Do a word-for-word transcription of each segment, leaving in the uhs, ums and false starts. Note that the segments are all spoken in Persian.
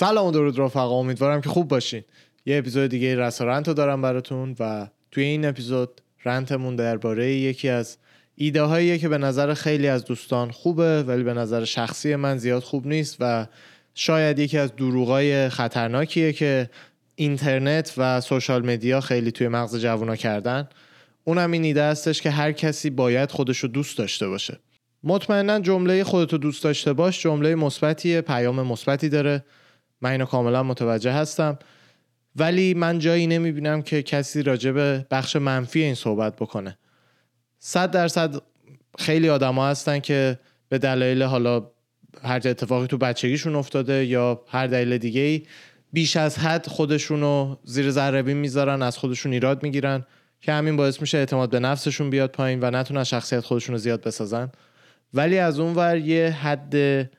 سلام و درود رفقا، امیدوارم که خوب باشین. یه اپیزود دیگه رسا رنت رو دارم براتون و توی این اپیزود رنتمون درباره یکی از ایده هاییه که به نظر خیلی از دوستان خوبه ولی به نظر شخصی من زیاد خوب نیست و شاید یکی از دروغای خطرناکیه که اینترنت و سوشال مدیا خیلی توی مغز جوونا کردن. اونم این ایده هستش که هر کسی باید خودشو دوست داشته باشه. مطمئنا جمله خودتو دوست داشته باش جمله مثبتیه، پیام مثبتی داره، من اینو کاملا متوجه هستم، ولی من جایی نمیبینم که کسی راجع به بخش منفی این صحبت بکنه. صد درصد خیلی آدما هستن که به دلایل حالا هر اتفاقی تو بچگیشون افتاده یا هر دلیل دیگه‌ای بیش از حد خودشونو زیر ذره بین میذارن، از خودشون ایراد میگیرن که همین باعث میشه اعتماد به نفسشون بیاد پایین و نتونن شخصیت خودشونو زیاد بسازن. ولی از اون ور یه حد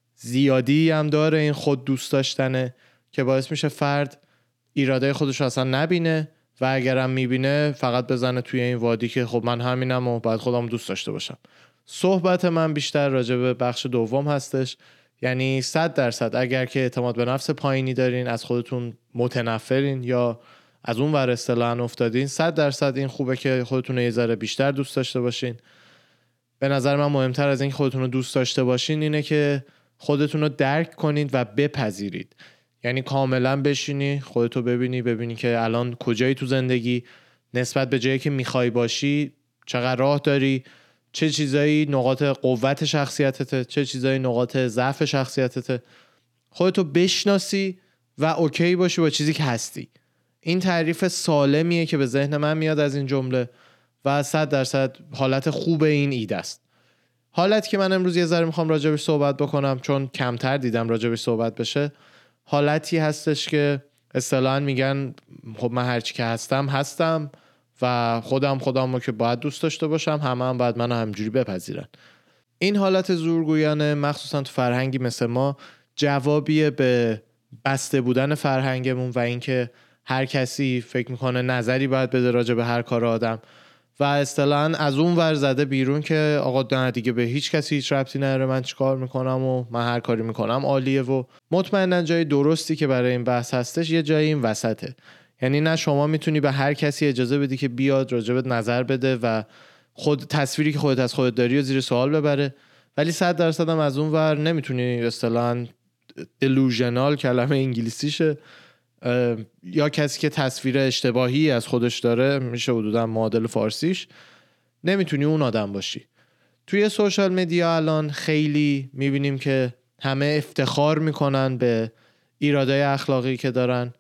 زیادی هم داره این خود دوست داشتنه که باعث میشه فرد ایراده خودش اصلا نبینه و اگرم میبینه فقط بزنه توی این وادی که خب من همینم و باید خودم دوست داشته باشم. صحبت من بیشتر راجع به بخش دوم هستش، یعنی صد درصد اگر که اعتماد به نفس پایینی دارین، از خودتون متنفرین یا از اون ور اصطلاحاً افتادین، صد درصد این خوبه که خودتون یه ذره بیشتر دوست داشته باشین. به نظر من مهمتر از این خودتون رو دوست داشته باشین اینه که خودتون رو درک کنید و بپذیرید. یعنی کاملا بشینی خودتو ببینی ببینی که الان کجایی تو زندگی، نسبت به جایی که میخوای باشی چقدر راه داری، چه چیزایی نقاط قوت شخصیتته، چه چیزایی نقاط ضعف شخصیتته. خودتو بشناسی و اوکی باشی با چیزی که هستی. این تعریف سالمیه که به ذهن من میاد از این جمله و صد درصد حالت خوب این ایده است. حالتی که من امروز یه ذره میخوام راجبش صحبت بکنم چون کمتر دیدم راجبش صحبت بشه، حالتی هستش که اصطلاحاً میگن خب من هرچی که هستم هستم و خودم خودمو که باید دوست داشته باشم، همه هم باید منو همجوری بپذیرن. این حالت زورگویانه مخصوصا تو فرهنگی مثل ما جوابیه به بسته بودن فرهنگمون و اینکه هر کسی فکر میکنه نظری باید بده راجع به هر کار آدم و اصطلاحاً از اون ور زده بیرون که آقا نه دیگه به هیچ کسی هیچ ربطی نداره من چیکار میکنم و من هر کاری میکنم عالیه. و مطمئنا جای درستی که برای این بحث هستش یه جایی این وسطه. یعنی نه شما میتونی به هر کسی اجازه بدی که بیاد راجبت نظر بده و خود تصویری که خودت از خودت داری و زیر سوال ببره، ولی صد درصد هم از اون ور نمیتونی اصطلاحاً delusional کلمه انگلیسیشه یا کسی که تصویر اشتباهی از خودش داره میشه حدودا معادل فارسیش، نمیتونی اون آدم باشی. توی سوشال مدیا الان خیلی میبینیم که همه افتخار میکنن به ایرادای اخلاقی که دارن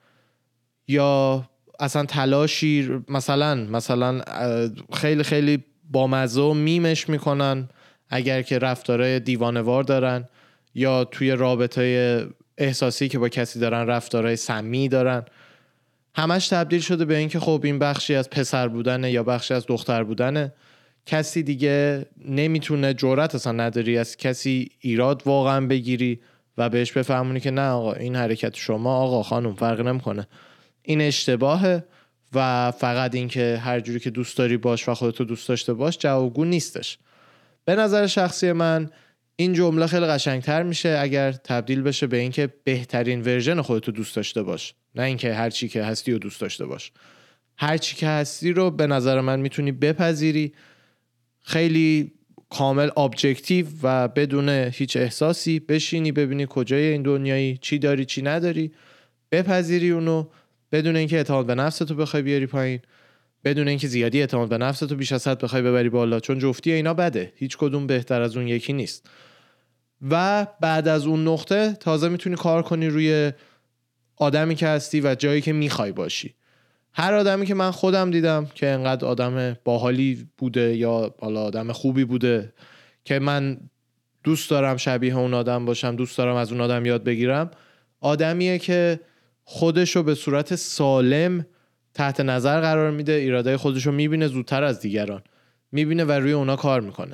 یا اصلا تلاشی مثلا مثلا خیلی خیلی بامزه و میمش میکنن اگر که رفتارهای دیوانه‌وار دارن یا توی رابطه احساسی که با کسی دارن رفتارهای سمی دارن. همش تبدیل شده به این که خب این بخشی از پسر بودنه یا بخشی از دختر بودنه. کسی دیگه نمیتونه، جرأت اصلا نداری از کسی ایراد واقعا بگیری و بهش بفهمونی که نه آقا این حرکت شما آقا خانم فرق نمیکنه، این اشتباهه و فقط این که هر جوری که دوست داری باش و خودتو دوست داشته باش جوابگو نیستش. به نظر شخصی من این جمله خیلی قشنگتر میشه اگر تبدیل بشه به این که بهترین ورژن خودتو دوست داشته باش، نه اینکه هر چی که هستی رو دوست داشته باش. هر چی که هستی رو به نظر من میتونی بپذیری، خیلی کامل ابجکتیو و بدون هیچ احساسی بشینی ببینی کجای این دنیایی، چی داری چی نداری، بپذیری اونو بدون اینکه اعتماد به نفستو بخوای بیاری پایین، بدون اینکه زیادی اعتماد به نفستو بیش از حد بخوای ببری بالا، چون جفتی اینا بده، هیچ کدوم بهتر از اون یکی نیست. و بعد از اون نقطه تازه میتونی کار کنی روی آدمی که هستی و جایی که میخوای باشی. هر آدمی که من خودم دیدم که انقدر آدم باحالی بوده یا حالا آدم خوبی بوده که من دوست دارم شبیه اون آدم باشم، دوست دارم از اون آدم یاد بگیرم، آدمیه که خودشو به صورت سالم تحت نظر قرار میده، ایرادای خودشو میبینه زودتر از دیگران میبینه و روی اونا کار میکنه.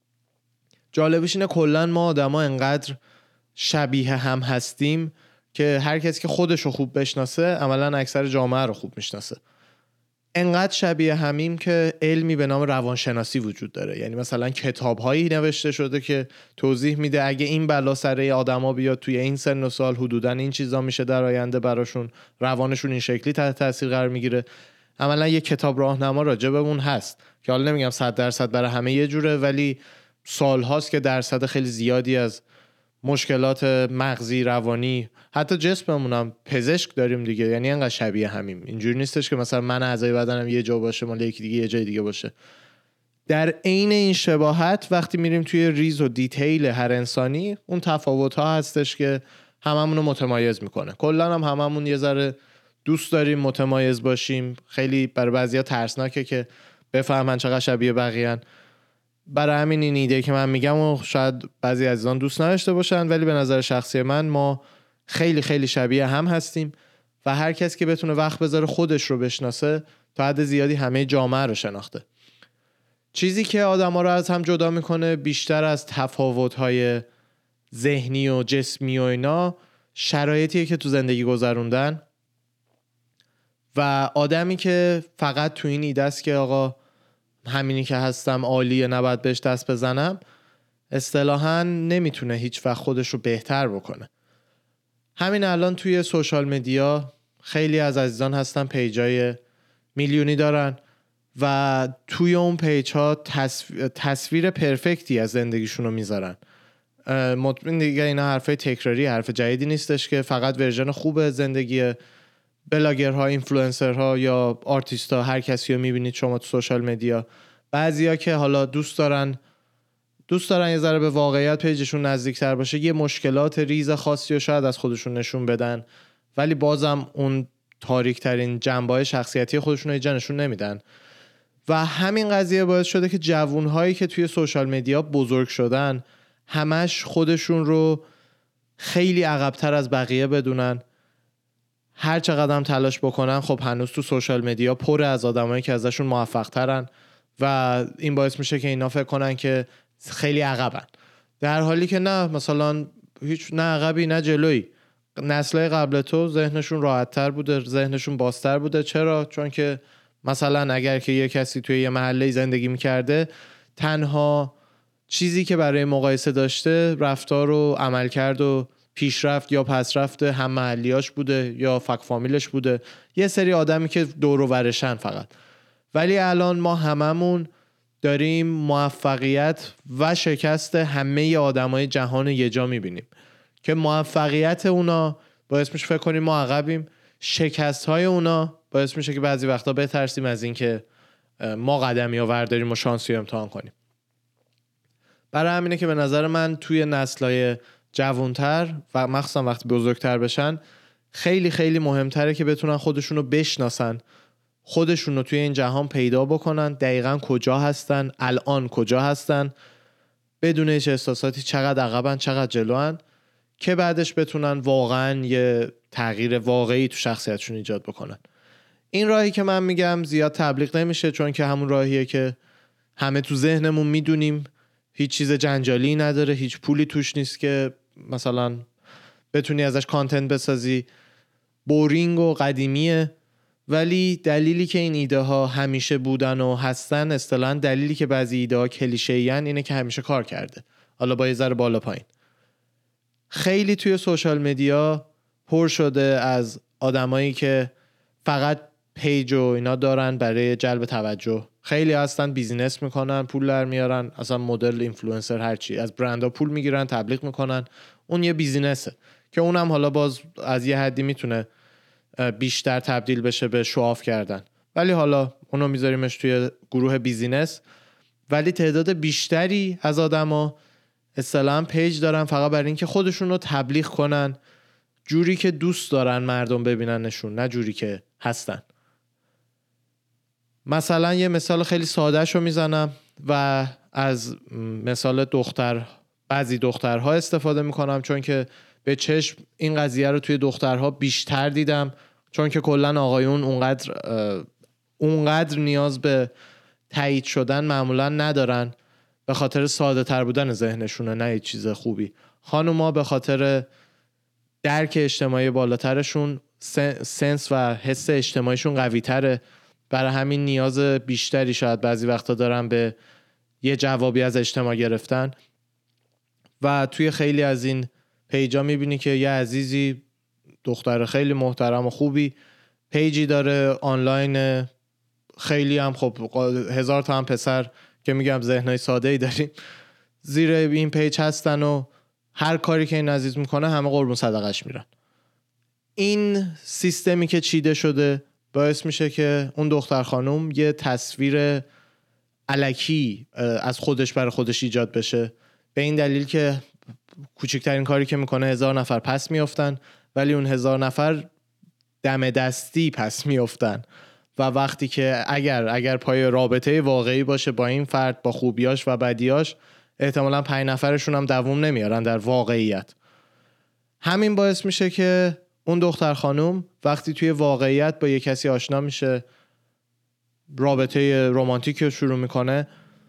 جالبش اینه کلن ما آدما انقدر شبیه هم هستیم که هر کسی که خودشو خوب بشناسه عملاً اکثر جامعه رو خوب میشناسه. انقدر شبیه همیم که علمی به نام روانشناسی وجود داره. یعنی مثلا کتاب‌هایی نوشته شده که توضیح میده اگه این بلا سر آدما بیاد توی این سن و سال حدوداً این چیزا میشه در آینده براشون، روانشون این شکلی تحت تاثیر قرار میگیره. عملا یه کتاب راهنما راجع به اون هست که حالا نمیگم صد درصد برای همه یه جوره، ولی سال‌هاست که درصد خیلی زیادی از مشکلات مغزی، روانی، حتی جسممون هم پزشک داریم دیگه. یعنی انقدر شبیه همیم. اینجوری نیستش که مثلا من اعضای بدنم یه جا باشه مال یکی دیگه یه جای دیگه باشه. در عین این شباهت وقتی میریم توی ریز و دیتیل هر انسانی، اون تفاوت‌ها هستش که هممون رو متمایز میکنه. کلا هم هممون یه ذره دوست داریم متمایز باشیم. خیلی برای بعضیا ترسناکه که بفهمن چقدر شبیه بقیه‌ان. برای همین این ایده که من میگم و شاید بعضی عزیزان دوست نداشته باشن، ولی به نظر شخصی من ما خیلی خیلی شبیه هم هستیم و هر کس که بتونه وقت بذاره خودش رو بشناسه تا حد زیادی همه جامعه رو شناخته. چیزی که آدما رو از هم جدا میکنه بیشتر از تفاوت‌های ذهنی و جسمی و اینا، شرایطیه که تو زندگی گذروندن و آدمی که فقط تو این ایده است که آقا همینی که هستم عالیه نباید بهش دست بزنم، اصطلاحاً نمیتونه هیچ وقت خودش رو بهتر بکنه. همین الان توی سوشال مدیا خیلی از عزیزان هستن پیجای میلیونی دارن و توی اون پیج ها تصویر, تصویر پرفکتی از زندگیشون رو میذارن. مطمئن دیگه اینا حرفای تکراری، حرف جدیدی نیستش که فقط ورژن خوب زندگی بلاگرها، اینفلوئنسرها یا آرتیست‌ها، هر کسی رو میبینید شما تو سوشال مدیا. بعضیا که حالا دوست دارن دوست دارن یه ذره به واقعیت پیجشون نزدیکتر باشه، یه مشکلات ریز خاصی رو شاید از خودشون نشون بدن، ولی بازم اون تاریک ترین جنبه‌های شخصیتی خودشون رو نشون نمیدن. و همین قضیه باعث شده که جوانهایی که توی سوشال مدیا بزرگ شدن همش خودشون رو خیلی عقب‌تر از بقیه بدونن. هر چقدر هم تلاش بکنن خب هنوز تو سوشال مدیا پر از آدمایی که ازشون موفق ترن و این باعث میشه که اینا فکر کنن که خیلی عقبن، در حالی که نه، مثلا هیچ نه عقبی نه جلویی. نسل‌های قبل تو ذهنشون راحت‌تر بوده، ذهنشون بازتر بوده. چرا؟ چون که مثلا اگر که یه کسی توی یه محله زندگی میکرده، تنها چیزی که برای مقایسه داشته رفتار و عملکرد و پیشرفت یا پسرفت هم محلیاش بوده یا فک فامیلش بوده، یه سری آدمی که دور و برشن فقط. ولی الان ما هممون داریم موفقیت و شکست همه آدمای جهان یه جا میبینیم که موفقیت اونا باعث میشه فکر کنیم ما عقبیم، شکست های اونا باعث میشه که بعضی وقتا بترسیم از این که ما قدمی ها ورداریم و شانسی رو امتحان کنیم. برای همینه که به نظر من توی نسل‌های جوانتر و مخصوصا وقتی بزرگتر بشن خیلی خیلی مهمتره که بتونن خودشونو بشناسن، خودشونو توی این جهان پیدا بکنن، دقیقاً کجا هستن، الان کجا هستن، بدون هیچ احساساتی چقدر عقبن چقدر جلوان، که بعدش بتونن واقعاً یه تغییر واقعی تو شخصیتشون ایجاد بکنن. این راهی که من میگم زیاد تبلیغ نمیشه، چون که همون راهیه که همه تو ذهنمون میدونیم، هیچ چیز جنجالی نداره، هیچ پولی توش نیست که مثلا بتونی ازش کانتنت بسازی، بورینگ و قدیمیه. ولی دلیلی که این ایده ها همیشه بودن و هستن، اصطلاحاً دلیلی که بعضی ایده ها کلیشه‌ای ان اینه که همیشه کار کرده، حالا با یه ذره بالا پایین. خیلی توی سوشال مدیا پر شده از آدمایی که فقط پیج و اینا دارن برای جلب توجه. خیلی هستن بیزینس میکنن، پول در میارن، اصلا مدل، اینفلوئنسر، هرچی، از برندها پول میگیرن، تبلیغ میکنن. اون یه بیزینسه که اونم حالا باز از یه حدی میتونه بیشتر تبدیل بشه به شواف کردن، ولی حالا اونو میذاریمش توی گروه بیزینس. ولی تعداد بیشتری از آدما اصطلاحاً پیج دارن فقط برای اینکه خودشون رو تبلیغ کنن جوری که دوست دارن مردم ببیننشون، نه جوری که هستن. مثلا یه مثال خیلی ساده شو میزنم و از مثال دختر بعضی دخترها استفاده میکنم، چون که به چشم این قضیه رو توی دخترها بیشتر دیدم، چون که کلن آقایون اونقدر اونقدر نیاز به تایید شدن معمولا ندارن، به خاطر ساده تر بودن ذهنشونه، نه یه چیز خوبی. خانوما به خاطر درک اجتماعی بالاترشون، سنس و حس اجتماعیشون قوی تره، برای همین نیاز بیشتری شاید بعضی وقتا دارن به یه جوابی از اجتماع گرفتن. و توی خیلی از این پیجا میبینی که یه عزیزی، دختر خیلی محترم و خوبی، پیجی داره آنلاین، خیلی هم خب هزار تا هم پسر که میگم ذهنای ساده‌ای داریم زیر این پیج هستن و هر کاری که این عزیز میکنه همه قربون صدقش میرن. این سیستمی که چیده شده باعث میشه که اون دختر خانم یه تصویر الکی از خودش برای خودش ایجاد بشه، به این دلیل که کوچکترین کاری که میکنه هزار نفر پس میافتن، ولی اون هزار نفر دم دستی پس میافتن. و وقتی که اگر اگر پای رابطه واقعی باشه با این فرد، با خوبیاش و بدیاش، احتمالاً پنج نفرشون هم دوام نمیارن در واقعیت. همین باعث میشه که اون دختر خانم وقتی توی واقعیت با یه کسی آشنا میشه، رابطه رمانتیک رو شروع میکنه،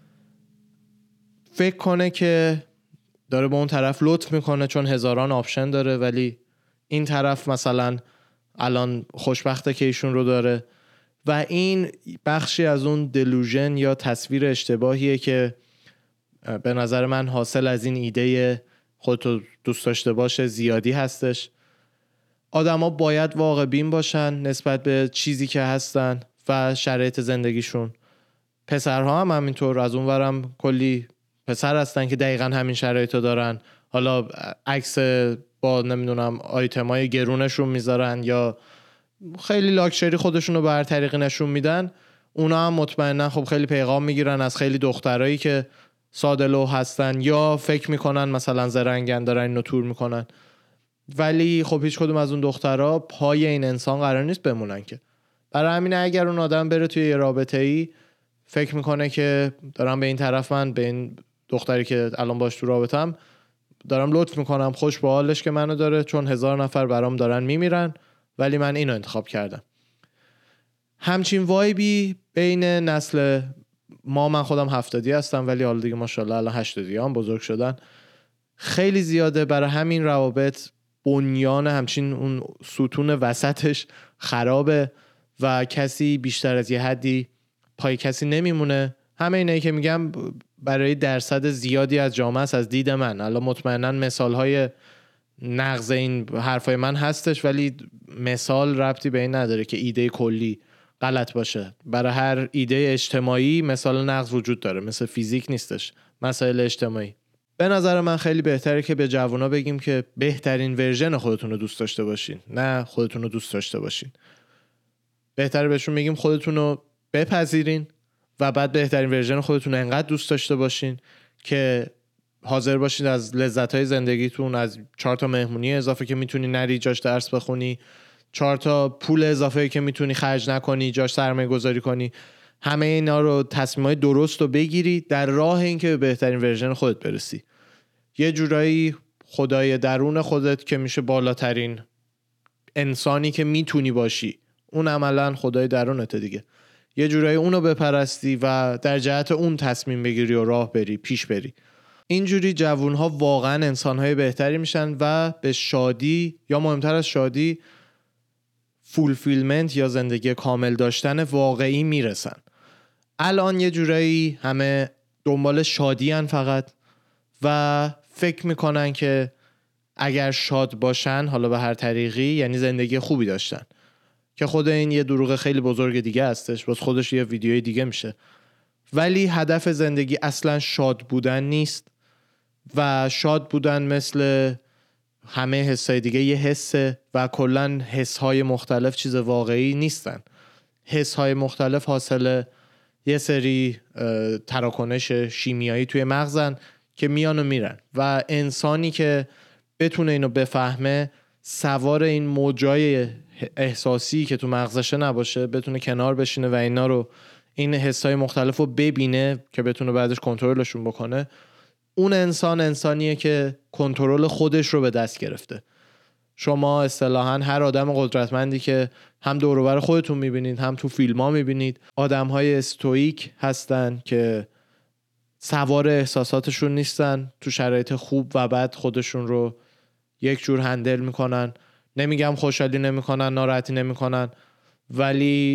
فکر کنه که داره به اون طرف لطف میکنه چون هزاران آپشن داره، ولی این طرف مثلا الان خوشبخته که ایشون رو داره. و این بخشی از اون دلوژن یا تصویر اشتباهیه که به نظر من حاصل از این ایده خودتو دوست داشته باشه زیادی هستش. آدما باید واقع بین باشن نسبت به چیزی که هستن و شرایط زندگیشون. پسرها هم همینطور، از اونورم کلی پسر هستن که دقیقاً همین شرایطو دارن. حالا عکس با نمیدونم آیتمای گرونشون میذارن یا خیلی لاکچری خودشونو به هر طریقی نشون میدن. اونا هم مطمئنا خب خیلی پیغام میگیرن از خیلی دخترایی که ساده لوح هستن یا فکر میکنن مثلا زرنگن دارن اینو تور میکنن، ولی خب هیچ کدوم از اون دخترها پای این انسان قرار نیست بمونن که. برای همین اگر اون آدم بره توی یه رابطه‌ای فکر میکنه که دارم به این طرف، من به این دختری که الان باش تو رابطه‌ام دارم لطف میکنم، خوش به حالش که منو داره چون هزار نفر برام دارن میمیرن ولی من اینو انتخاب کردم. همچین وایبی بین نسل ما، من خودم هفتادی هستم ولی حالا دیگه ماشاءالله الان هشتادی هم بزرگ شدن، خیلی زیاده. برای همین روابط بنیان همچین اون ستون وسطش خرابه و کسی بیشتر از یه حدی پای کسی نمیمونه. همه اینایی که میگم برای درصد زیادی از جامعه است از دید من. الان مطمئنا مثالهای نقض این حرفای من هستش ولی مثال ربطی به این نداره که ایده کلی غلط باشه. برای هر ایده اجتماعی مثال نقض وجود داره، مثل فیزیک نیستش، مسائل اجتماعی. به نظر من خیلی بهتره که به جوونا بگیم که بهترین ورژن خودتون رو دوست داشته باشین، نه خودتون رو دوست داشته باشین. بهتره بهشون بگیم خودتون رو بپذیرین و بعد بهترین ورژن خودتون رو انقدر دوست داشته باشین که حاضر باشید از لذت‌های زندگیتون، از چهار تا مهمونی اضافه که میتونی نری جاش درس بخونی، چهار تا پول اضافه که میتونی خرج نکنی جاش سرمایه گذاری کنی، همه اینا رو تصمیمای درست رو بگیری در راه اینکه به بهترین ورژن خودت برسی. یه جورایی خدای درون خودت که میشه بالاترین انسانی که میتونی باشی، اون عملاً خدای درونته دیگه. یه جورایی اونو بپرستی و در جهت اون تصمیم بگیری و راه بری، پیش بری. اینجوری جوانها واقعا انسانهای بهتری میشن و به شادی یا مهمتر از شادی فولفیلمنت یا زندگی کامل داشتن واقعی میرسن. الان یه جورایی همه دنبال شادی هن فقط و فکر میکنن که اگر شاد باشن حالا به هر طریقی یعنی زندگی خوبی داشتن، که خود این یه دروغ خیلی بزرگ دیگه هستش، باز خودش یه ویدیوی دیگه میشه. ولی هدف زندگی اصلا شاد بودن نیست و شاد بودن مثل همه حسای دیگه یه حسه و کلن حسهای مختلف چیز واقعی نیستن. حسهای مختلف حاصل یه سری تراکنش شیمیایی توی مغزن که میان و میرن و انسانی که بتونه اینو بفهمه، سوار این موجای احساسی که تو مغزشه نباشه، بتونه کنار بشینه و اینا رو، این حسای مختلف رو ببینه که بتونه بعدش کنترلشون بکنه، اون انسان انسانیه که کنترل خودش رو به دست گرفته. شما اصطلاحاً هر آدم قدرتمندی که هم دور و بر خودتون میبینید هم تو فیلم ها میبینید، آدم‌های استوئیک هستن که سوار احساساتشون نیستن، تو شرایط خوب و بد خودشون رو یک جور هندل میکنن. نمیگم خوشحالی نمیکنن، ناراحتی نمیکنن، ولی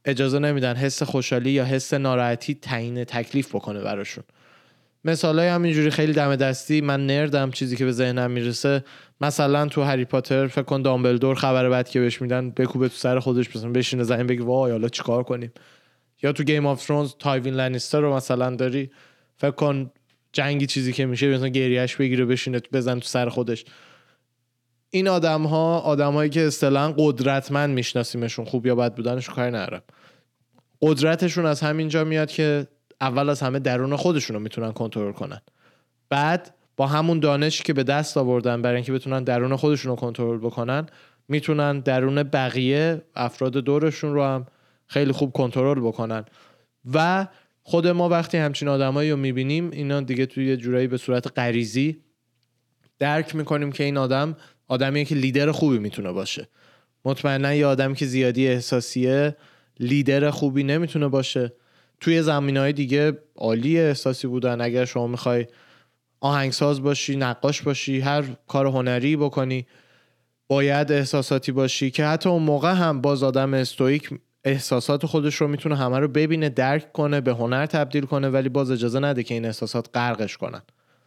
اجازه نمیدن حس خوشحالی یا حس ناراحتی تعیین تکلیف بکنه براشون. مثالای همینجوری خیلی دم دستی، من نردم، چیزی که به ذهنم میرسه مثلا تو هری پاتر فکر کن دامبلدور خبر بد که بهش میدن بکوبه تو سر خودش، مثلا بشینه زمین بگه وای حالا چیکار کنیم. یا تو گیم آف ترونز تایوین لنیستر رو مثلا داری، فکر کن جنگی چیزی که میشه مثلا گریهش بگیره بشینه بزن تو سر خودش. این آدم ها آدمایی که اصطلاحاً قدرتمند میشناسیمشون، خوب یا بد بودنش کاری ندارم، قدرتشون از همینجا میاد که اول از همه درون خودشون رو میتونن کنترل کنن، بعد با همون دانشی که به دست آوردن برای اینکه بتونن درون خودشون رو کنترل بکنن، میتونن درون بقیه افراد دورشون رو هم خیلی خوب کنترل بکنن. و خود ما وقتی همچین آدمایی رو میبینیم، اینا دیگه توی یه جورایی به صورت غریزی درک میکنیم که این آدم آدمیه که لیدر خوبی میتونه باشه. مطمئنا یه آدمی که زیادی احساسیه لیدر خوبی نمیتونه باشه. توی زمینه‌های دیگه عالی احساسی بودن. اگر شما میخوای آهنگساز باشی، نقاش باشی، هر کار هنری بکنی، باید احساساتی باشی که حتی اون موقع هم باز آدم استوئیک احساسات خودش رو میتونه همه رو ببینه، درک کنه، به هنر تبدیل کنه، ولی باز اجازه نده که این احساسات غرقش کنن.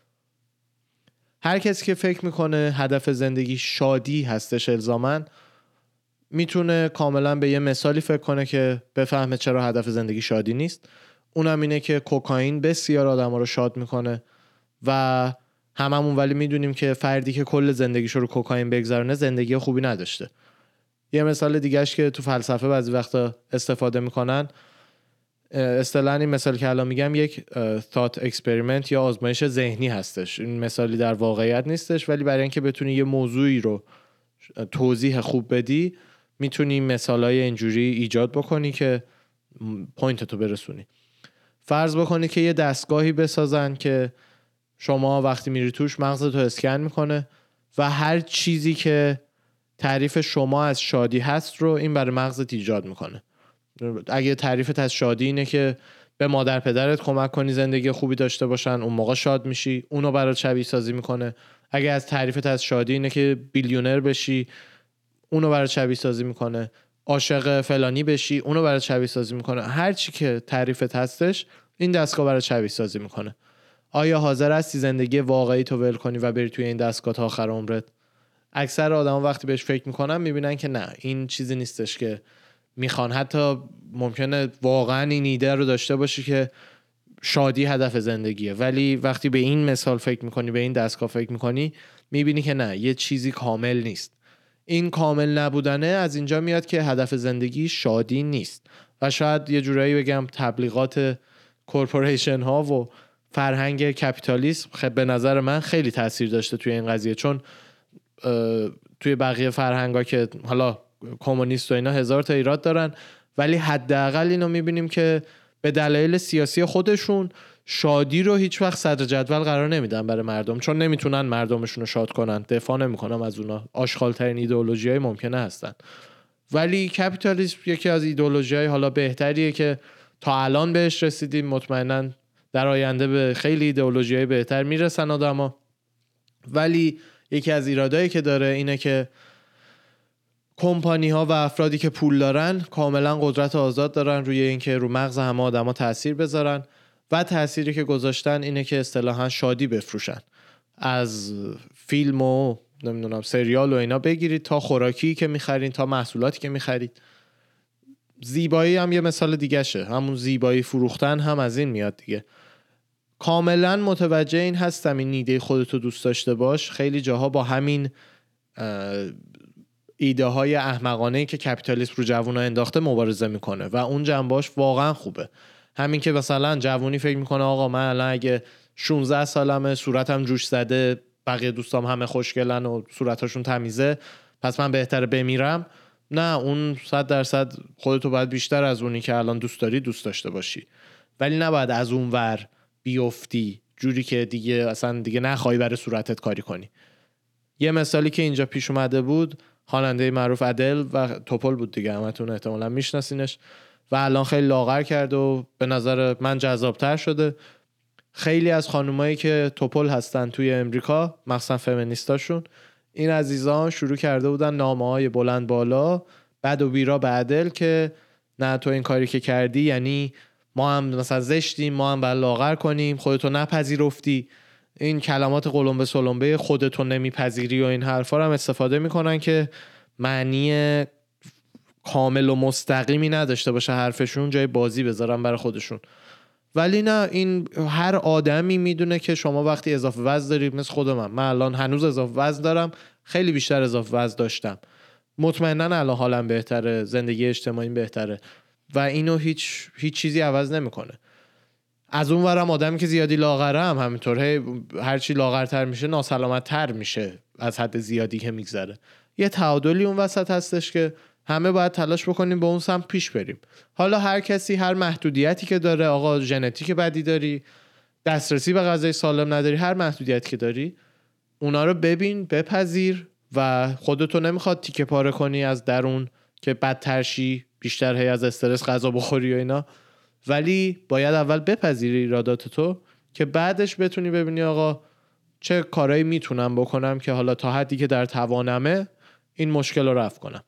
هر کسی که فکر میکنه هدف زندگی شادی هستش الزاماً، میتونه کاملا به یه مثالی فکر کنه که بفهمه چرا هدف زندگی شادی نیست. اونم اینه که کوکائین بسیار آدما رو شاد میکنه و هممون ولی میدونیم که فردی که کل زندگیشو رو کوکائین بگذرونه زندگی خوبی نداشته. یه مثال دیگهش که تو فلسفه بعضی وقتا استفاده میکنن، اصطلاحاً این مثال که الان میگم یک thought experiment یا آزمایش ذهنی هستش. این مثالی در واقعیت نیستش، ولی برای اینکه بتونی یه موضوعی رو توضیح خوب بدی میتونی مثالای اینجوری ایجاد بکنی که پوینت تو برسونی. فرض بکنی که یه دستگاهی بسازن که شما وقتی میری توش مغزتو اسکن میکنه و هر چیزی که تعریف شما از شادی هست رو این برای مغزت ایجاد میکنه. اگه تعریفت از شادی اینه که به مادر پدرت کمک کنی زندگی خوبی داشته باشن، اون موقع شاد میشی، اونو برات شبیه سازی میکنه. اگه از تعریفت از شادی اینه که بیلیونر بشی، اونو برات شبیه سازی میکنه. عاشق فلانی بشی، اونو برات شبیه سازی میکنه. هر چی که تعریفت هستش این دستگاه برات شبیه سازی میکنه. آیا حاضر هستی زندگی واقعی تو ول کنی و بری توی این دستگاه تا آخر عمرت؟ اکثر آدما وقتی بهش فکر میکنن میبینن که نه، این چیزی نیستش که میخوان. حتی ممکنه واقعا این ایده رو داشته باشی که شادی هدف زندگیه، ولی وقتی به این مثال فکر میکنی، به این دستگاه فکر میکنی، میبینی که نه، یه چیزی کامل نیست. این کامل نبودنه از اینجا میاد که هدف زندگی شادی نیست. و شاید یه جورایی بگم تبلیغات کورپوریشن ها و فرهنگ کپیتالیسم خب به نظر من خیلی تاثیر داشته توی این قضیه. چون توی بقیه فرهنگا که حالا کمونیست و اینا هزار تا ایراد دارن، ولی حداقل اینو میبینیم که به دلایل سیاسی خودشون شادی رو هیچ وقت صدر جدول قرار نمیدن برای مردم، چون نمیتونن مردمشون رو شاد کنن. دفاع نمیکنم از اونا، آشغال ترین ایدئولوژیای ممکنه هستن. ولی کپیتالیسم یکی از ایدئولوژیای حالا بهتریه که تا الان بهش رسیدیم. مطمئنا در آینده به خیلی ایدئولوژیای بهتر میرسن آدما. ولی یکی از ایرادایی که داره اینه که کمپانی ها و افرادی که پول دارن کاملا قدرت آزاد دارن روی اینکه رو مغز همه آدما تاثیر بذارن و تأثیری که گذاشتن اینه که اصطلاحاً شادی بفروشن. از فیلم و نمیدونم سریال و اینا بگیرید تا خوراکی که میخرید تا محصولاتی که میخرید. زیبایی هم یه مثال دیگه شه، همون زیبایی فروختن هم از این میاد دیگه. کاملا متوجه این هستم این ایده خودتو دوست داشته باش خیلی جاها با همین ایده های احمقانه‌ای که کپیتالیسم رو جوونا انداخته مبارزه میکنه و اون جنباش واقعا خوبه. همین که مثلا جوونی فکر میکنه آقا من الان اگه شانزده سالمه، صورتم جوش زده، بقیه دوستام همه خوشگلن و صورتاشون تمیزه، پس من بهتره بمیرم. نه، اون صد درصد خودتو باید بیشتر از اونی که الان دوست داری دوست داشته باشی، ولی نباید از اون ور بیفتی جوری که دیگه اصلا دیگه نخوای برای صورتت کاری کنی. یه مثالی که اینجا پیش اومده بود، خواننده معروف ادل و توپل بود دیگه، همتون احتمالاً میشناسینش و الان خیلی لاغر کرده و به نظر من جذابتر شده. خیلی از خانومایی که توپل هستن توی امریکا، مخصوصا فمینیستاشون، این عزیزان شروع کرده بودن نامه‌های بلند بالا بد و بیرا به ادل که نه تو این کاری که کردی یعنی ما هم مثلا زشتیم، ما هم باید لاغر کنیم، خودتو نپذیرفتی. این کلمات قلمبه سلمبه خودتو نمیپذیری و این حرفا رو هم استفاده میکنن که معنی کامل و مستقیمی نداشته باشه حرفشون، جای بازی بذارن برای خودشون. ولی نه، این هر آدمی میدونه که شما وقتی اضافه وزن داری، مثل خود من من الان هنوز اضافه وزن دارم، خیلی بیشتر اضافه وزن داشتم، مطمئنا الان حالم بهتره، زندگی اجتماعیم بهتره و اینو هیچ هیچ چیزی عوض نمیکنه. از اون ورم آدمی که زیادی لاغره هم همینطوره، هر چی لاغرتر میشه ناسلامت‌تر میشه از حد زیادی که میگذره. یه تعادلی اون وسط هستش که همه باید تلاش بکنیم به اون سمت پیش بریم. حالا هر کسی هر محدودیتی که داره، آقا ژنتیک بدی داری، دسترسی به غذای سالم نداری، هر محدودیتی که داری اونا رو ببین، بپذیر و خودتو نمیخواد تیکه پاره کنی از درون که بدتر شی، بیشتر هی از استرس غذا بخوری و اینا. ولی باید اول بپذیری ایرادات تو که بعدش بتونی ببینی آقا چه کارایی میتونم بکنم که حالا تا حدی که در توانمه این مشکل رو رفع کنم.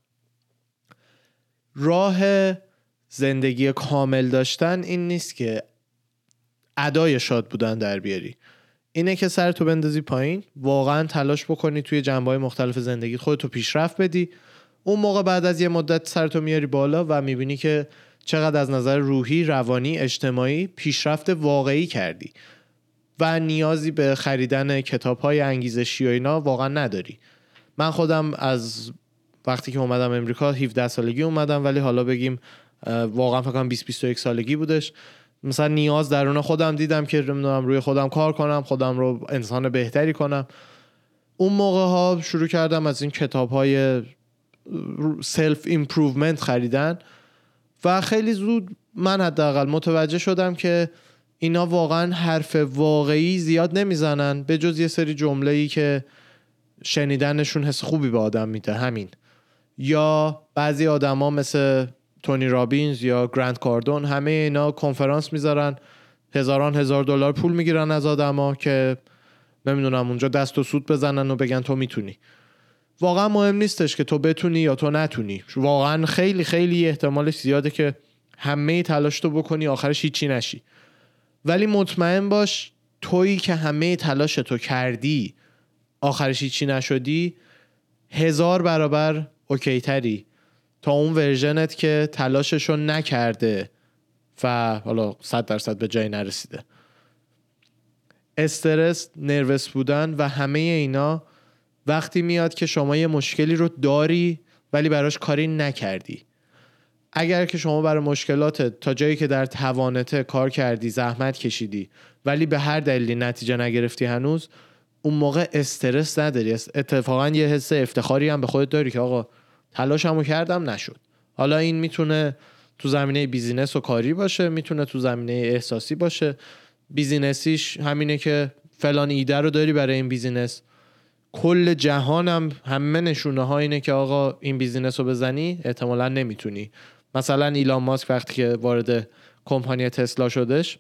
راه زندگی کامل داشتن این نیست که ادای شاد بودن در بیاری، اینه که سرتو بندازی پایین، واقعا تلاش بکنی توی جنبه‌های مختلف زندگی خودتو پیشرفت بدی. اون موقع بعد از یه مدت سرتو میاری بالا و میبینی که چقدر از نظر روحی، روانی، اجتماعی پیشرفت واقعی کردی و نیازی به خریدن کتاب‌های انگیزشی و اینا واقعا نداری. من خودم از وقتی که اومدم امریکا هفده سالگی اومدم، ولی حالا بگیم واقعا فکر کنم بیست بیست و یک سالگی بودش، مثلا نیاز درون خودم دیدم که نمیدونم روی خودم کار کنم، خودم رو انسان بهتری کنم. اون موقع ها شروع کردم از این کتاب‌های سلف ایمپروومنت خریدن و خیلی زود من حداقل متوجه شدم که اینا واقعا حرف واقعی زیاد نمیزنن، به جز یه سری جمله‌ای که شنیدنشون حس خوبی به آدم میده همین. یا بعضی آدما مثل تونی رابینز یا گرانت کاردون، همه اینا کنفرانس میذارن، هزاران هزار دلار پول میگیرن از آدما که نمیدونم اونجا دست و سود بزنن و بگن تو میتونی. واقعا مهم نیستش که تو بتونی یا تو نتونی، واقعا خیلی خیلی احتمالش زیاده که همه تلاش تو بکنی آخرش هیچی نشی. ولی مطمئن باش تویی که همه تلاش تو کردی آخرش هیچی نشدی هزار برابر اوکی تری تا اون ورژنت که تلاششو نکرده و حالا صد درصد به جای نرسیده. استرس، نروس بودن و همه اینا وقتی میاد که شما یه مشکلی رو داری ولی براش کاری نکردی. اگر که شما برای مشکلات تا جایی که در توانته کار کردی، زحمت کشیدی ولی به هر دلیلی نتیجه نگرفتی هنوز، اون موقع استرس نداری، اتفاقا یه حس افتخاری هم به خودت داری که آقا تلاشمو کردم نشد. حالا این میتونه تو زمینه بیزینس و کاری باشه، میتونه تو زمینه احساسی باشه. بیزینسیش همینه که فلان ایده رو داری برای این بیزینس، کل جهانم همه نشونه ها اینه که آقا این بیزینس رو بزنی احتمالاً نمیتونی. مثلا ایلان ماسک وقتی که وارد کمپانی تسلا شدش،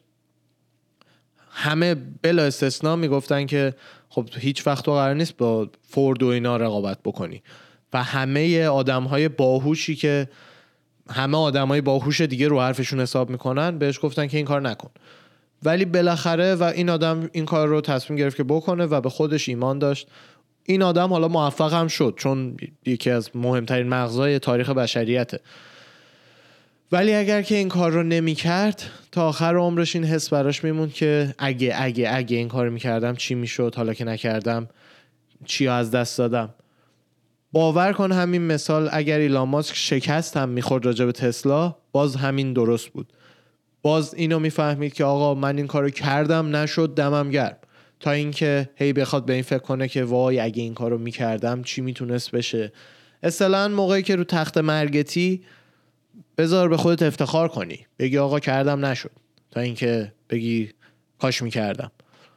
همه بلا استثناء میگفتن که خب هیچ وقت تو قرار نیست با فورد و اینا رقابت بکنی و همه آدم‌های باهوشی که همه آدم‌های باهوش دیگه رو حرفشون حساب میکنن بهش گفتن که این کار نکن. ولی بالاخره و این آدم این کار رو تصمیم گرفت که بکنه و به خودش ایمان داشت. این آدم حالا موفق هم شد چون یکی از مهمترین مغزهای تاریخ بشریته. ولی اگر که این کار رو نمی کرد تا آخر عمرش این حس براش میموند که اگه اگه اگه این کار رو می کردم چی می شد، حالا که نکردم چی از دست دادم. باور کن همین مثال اگر ایلان ماسک شکست هم می خورد راجع به تسلا، باز همین درست بود. باز اینو میفهمید که آقا من این کارو کردم نشد، دمم گرم، تا اینکه هی بخواد به این فکر کنه که وای اگه این کارو میکردم چی میتونست بشه. اصلا موقعی که رو تخت مرگتی بذار به خودت افتخار کنی، بگی آقا کردم نشد، تا اینکه بگی کاش میکردم.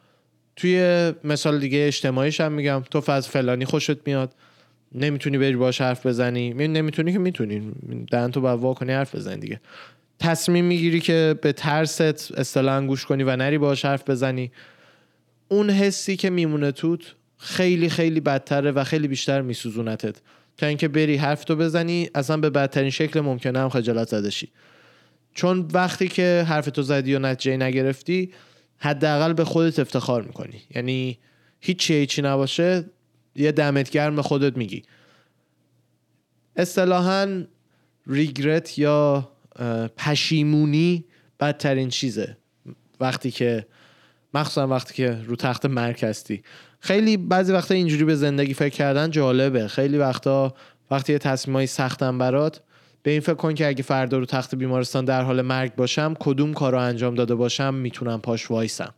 توی مثال دیگه اجتماعیش هم میگم، تو فاز فلانی خوشت میاد نمیتونی بری باهاش حرف بزنی، نمیتونی که میتونی دهن تو وا کنی حرف بزنی دیگه. تصمیم میگیری که به ترست اصطلاحاً گوش کنی و نری باهاش حرف بزنی، اون حسی که میمونه توت خیلی خیلی بدتره و خیلی بیشتر میسوزونتت تا اینکه بری حرفتو بزنی اصلا به بدترین شکل ممکنه هم خجالت زده شی. چون وقتی که حرفتو زدی و نتیجه نگرفتی حداقل به خودت افتخار میکنی. یعنی هیچی هیچی نباشه یه دمت گرم به خودت میگی. اصطلاحاً ریگرت یا پشیمونی بدترین چیزه وقتی که مخصوصا وقتی که رو تخت مرگ هستی. خیلی بعضی وقتا اینجوری به زندگی فکر کردن جالبه. خیلی وقتا وقتی یه تصمیمای سختن برات به این فکر کن که اگه فردا رو تخت بیمارستان در حال مرگ باشم کدوم کارو انجام داده باشم میتونم پاش وایسم.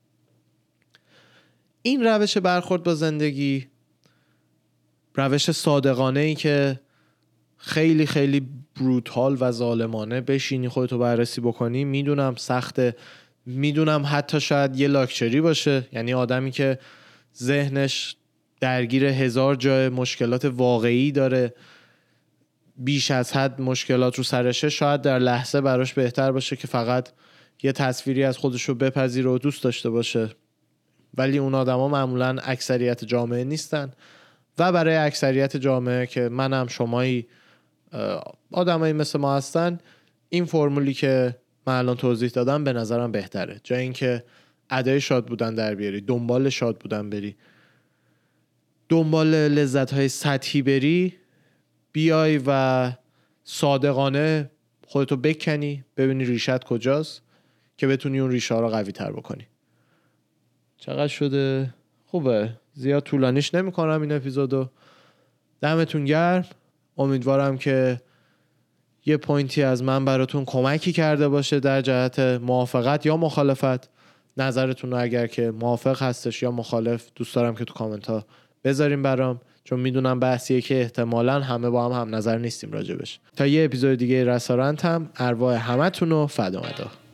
این روش برخورد با زندگی روش صادقانه ای که خیلی خیلی بروتال و ظالمانه بشینی خودتو بررسی بکنی. میدونم سخته، میدونم حتی شاید یه لاکچری باشه، یعنی آدمی که ذهنش درگیر هزار جای مشکلات واقعی داره، بیش از حد مشکلات رو سرشه، شاید در لحظه براش بهتر باشه که فقط یه تصویری از خودش رو بپذیره و دوست داشته باشه. ولی اون آدما معمولاً اکثریت جامعه نیستن و برای اکثریت جامعه که منم شمایی آدمایی مثل ما هستن، این فرمولی که من الان توضیح دادم به نظرم بهتره. جای اینکه ادای شاد بودن در بیاری، دنبال شاد بودن بری، دنبال لذت‌های سطحی بری، بیای و صادقانه خودتو بکنی، ببینی ریشت کجاست که بتونی اون ریشه ها رو قوی تر بکنی. چقدر شده؟ خوبه، زیاد طولانیش نمی کنم این اپیزودو. دمتون گرم. امیدوارم که یه پوینتی از من براتون کمکی کرده باشه در جهت موافقت یا مخالفت. نظرتون رو اگر که موافق هستش یا مخالف دوست دارم که تو کامنت ها بذاریم برام، چون میدونم بحثیه که احتمالاً همه با هم هم نظر نیستیم راجبش. تا یه اپیزود دیگه رستورانت هم ارواح همتون رو فدا مدا.